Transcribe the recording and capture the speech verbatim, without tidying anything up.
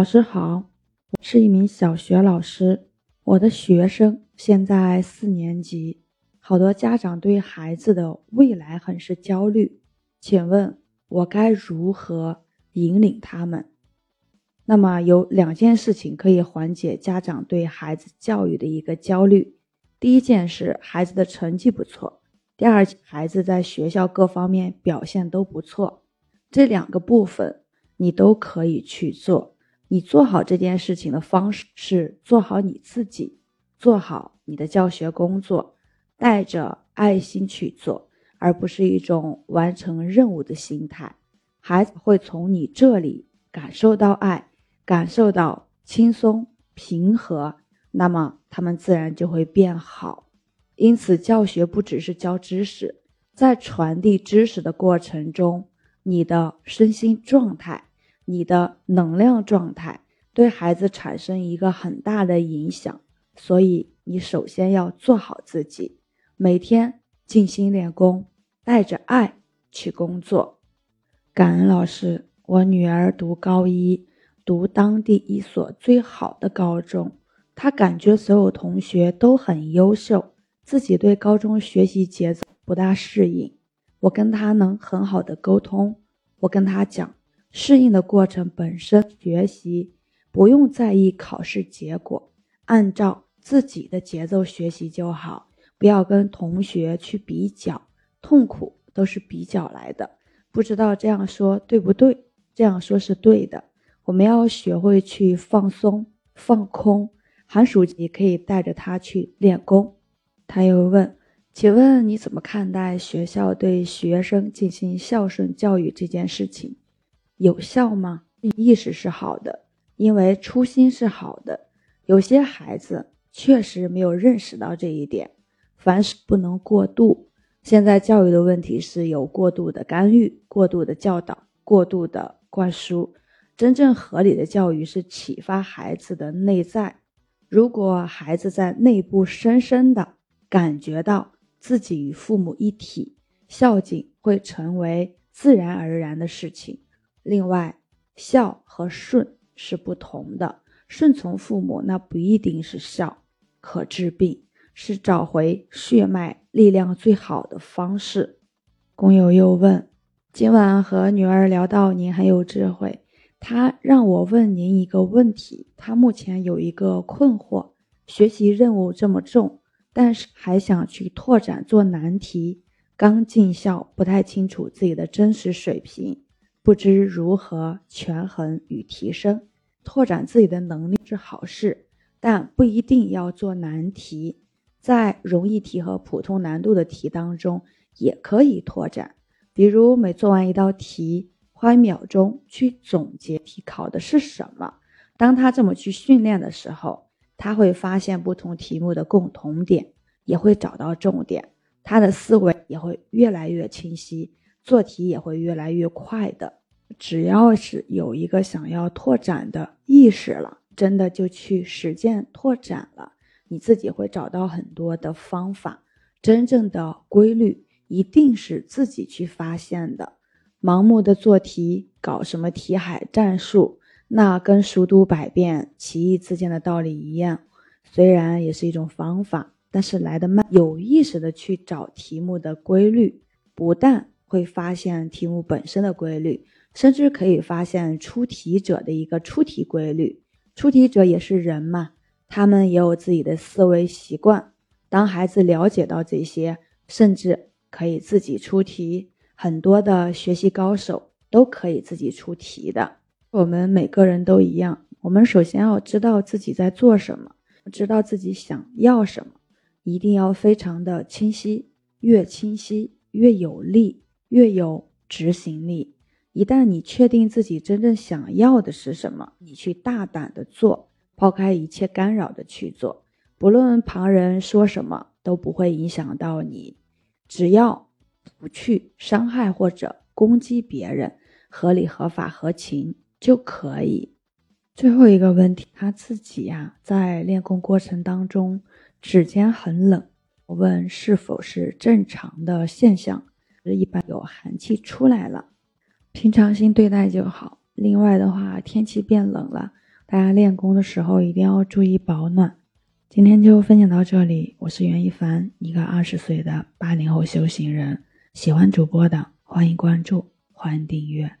老师好，我是一名小学老师，我的学生现在四年级，好多家长对孩子的未来很是焦虑，请问我该如何引领他们？那么有两件事情可以缓解家长对孩子教育的一个焦虑。第一件是孩子的成绩不错，第二，孩子在学校各方面表现都不错。这两个部分你都可以去做。你做好这件事情的方式是做好你自己，做好你的教学工作，带着爱心去做，而不是一种完成任务的心态。孩子会从你这里感受到爱，感受到轻松平和，那么他们自然就会变好。因此教学不只是教知识，在传递知识的过程中，你的身心状态，你的能量状态对孩子产生一个很大的影响，所以你首先要做好自己，每天静心练功，带着爱去工作。感恩老师，我女儿读高一，读当地一所最好的高中，她感觉所有同学都很优秀，自己对高中学习节奏不大适应。我跟她能很好的沟通，我跟她讲，适应的过程本身学习不用在意考试结果，按照自己的节奏学习就好，不要跟同学去比较，痛苦都是比较来的。不知道这样说对不对？这样说是对的。我们要学会去放松放空，寒暑期可以带着他去练功。他又问，请问你怎么看待学校对学生进行孝顺教育这件事情？有效吗？意识是好的，因为初心是好的，有些孩子确实没有认识到这一点，凡事不能过度。现在教育的问题是有过度的干预，过度的教导，过度的灌输。真正合理的教育是启发孩子的内在。如果孩子在内部深深的感觉到自己与父母一体，孝敬会成为自然而然的事情。另外，孝和顺是不同的，顺从父母那不一定是孝，可治病，是找回血脉力量最好的方式。工友又问，今晚和女儿聊到您很有智慧，她让我问您一个问题，她目前有一个困惑，学习任务这么重，但是还想去拓展做难题，刚进校不太清楚自己的真实水平，不知如何权衡与提升。拓展自己的能力是好事，但不一定要做难题，在容易题和普通难度的题当中也可以拓展。比如每做完一道题，花一秒钟去总结题考的是什么。当他这么去训练的时候，他会发现不同题目的共同点，也会找到重点，他的思维也会越来越清晰，做题也会越来越快的。只要是有一个想要拓展的意识了，真的就去实践拓展了，你自己会找到很多的方法。真正的规律一定是自己去发现的。盲目的做题，搞什么题海战术，那跟熟读百遍其义自见的道理一样，虽然也是一种方法，但是来得慢。有意识的去找题目的规律，不但会发现题目本身的规律，甚至可以发现出题者的一个出题规律。出题者也是人嘛，他们也有自己的思维习惯。当孩子了解到这些，甚至可以自己出题，很多的学习高手都可以自己出题的。我们每个人都一样，我们首先要知道自己在做什么，知道自己想要什么，一定要非常的清晰，越清晰越有力，越有执行力。一旦你确定自己真正想要的是什么，你去大胆的做，抛开一切干扰的去做，不论旁人说什么都不会影响到你，只要不去伤害或者攻击别人，合理合法合情就可以。最后一个问题，他自己呀、啊、在练功过程当中指尖很冷，我问是否是正常的现象，一般有寒气出来了，平常心对待就好。另外的话，天气变冷了， 大家练功的时候一定要注意保暖。今天就分享到这里，我是袁一凡，一个二十岁的八零后修行人。喜欢主播的欢迎关注，欢迎订阅。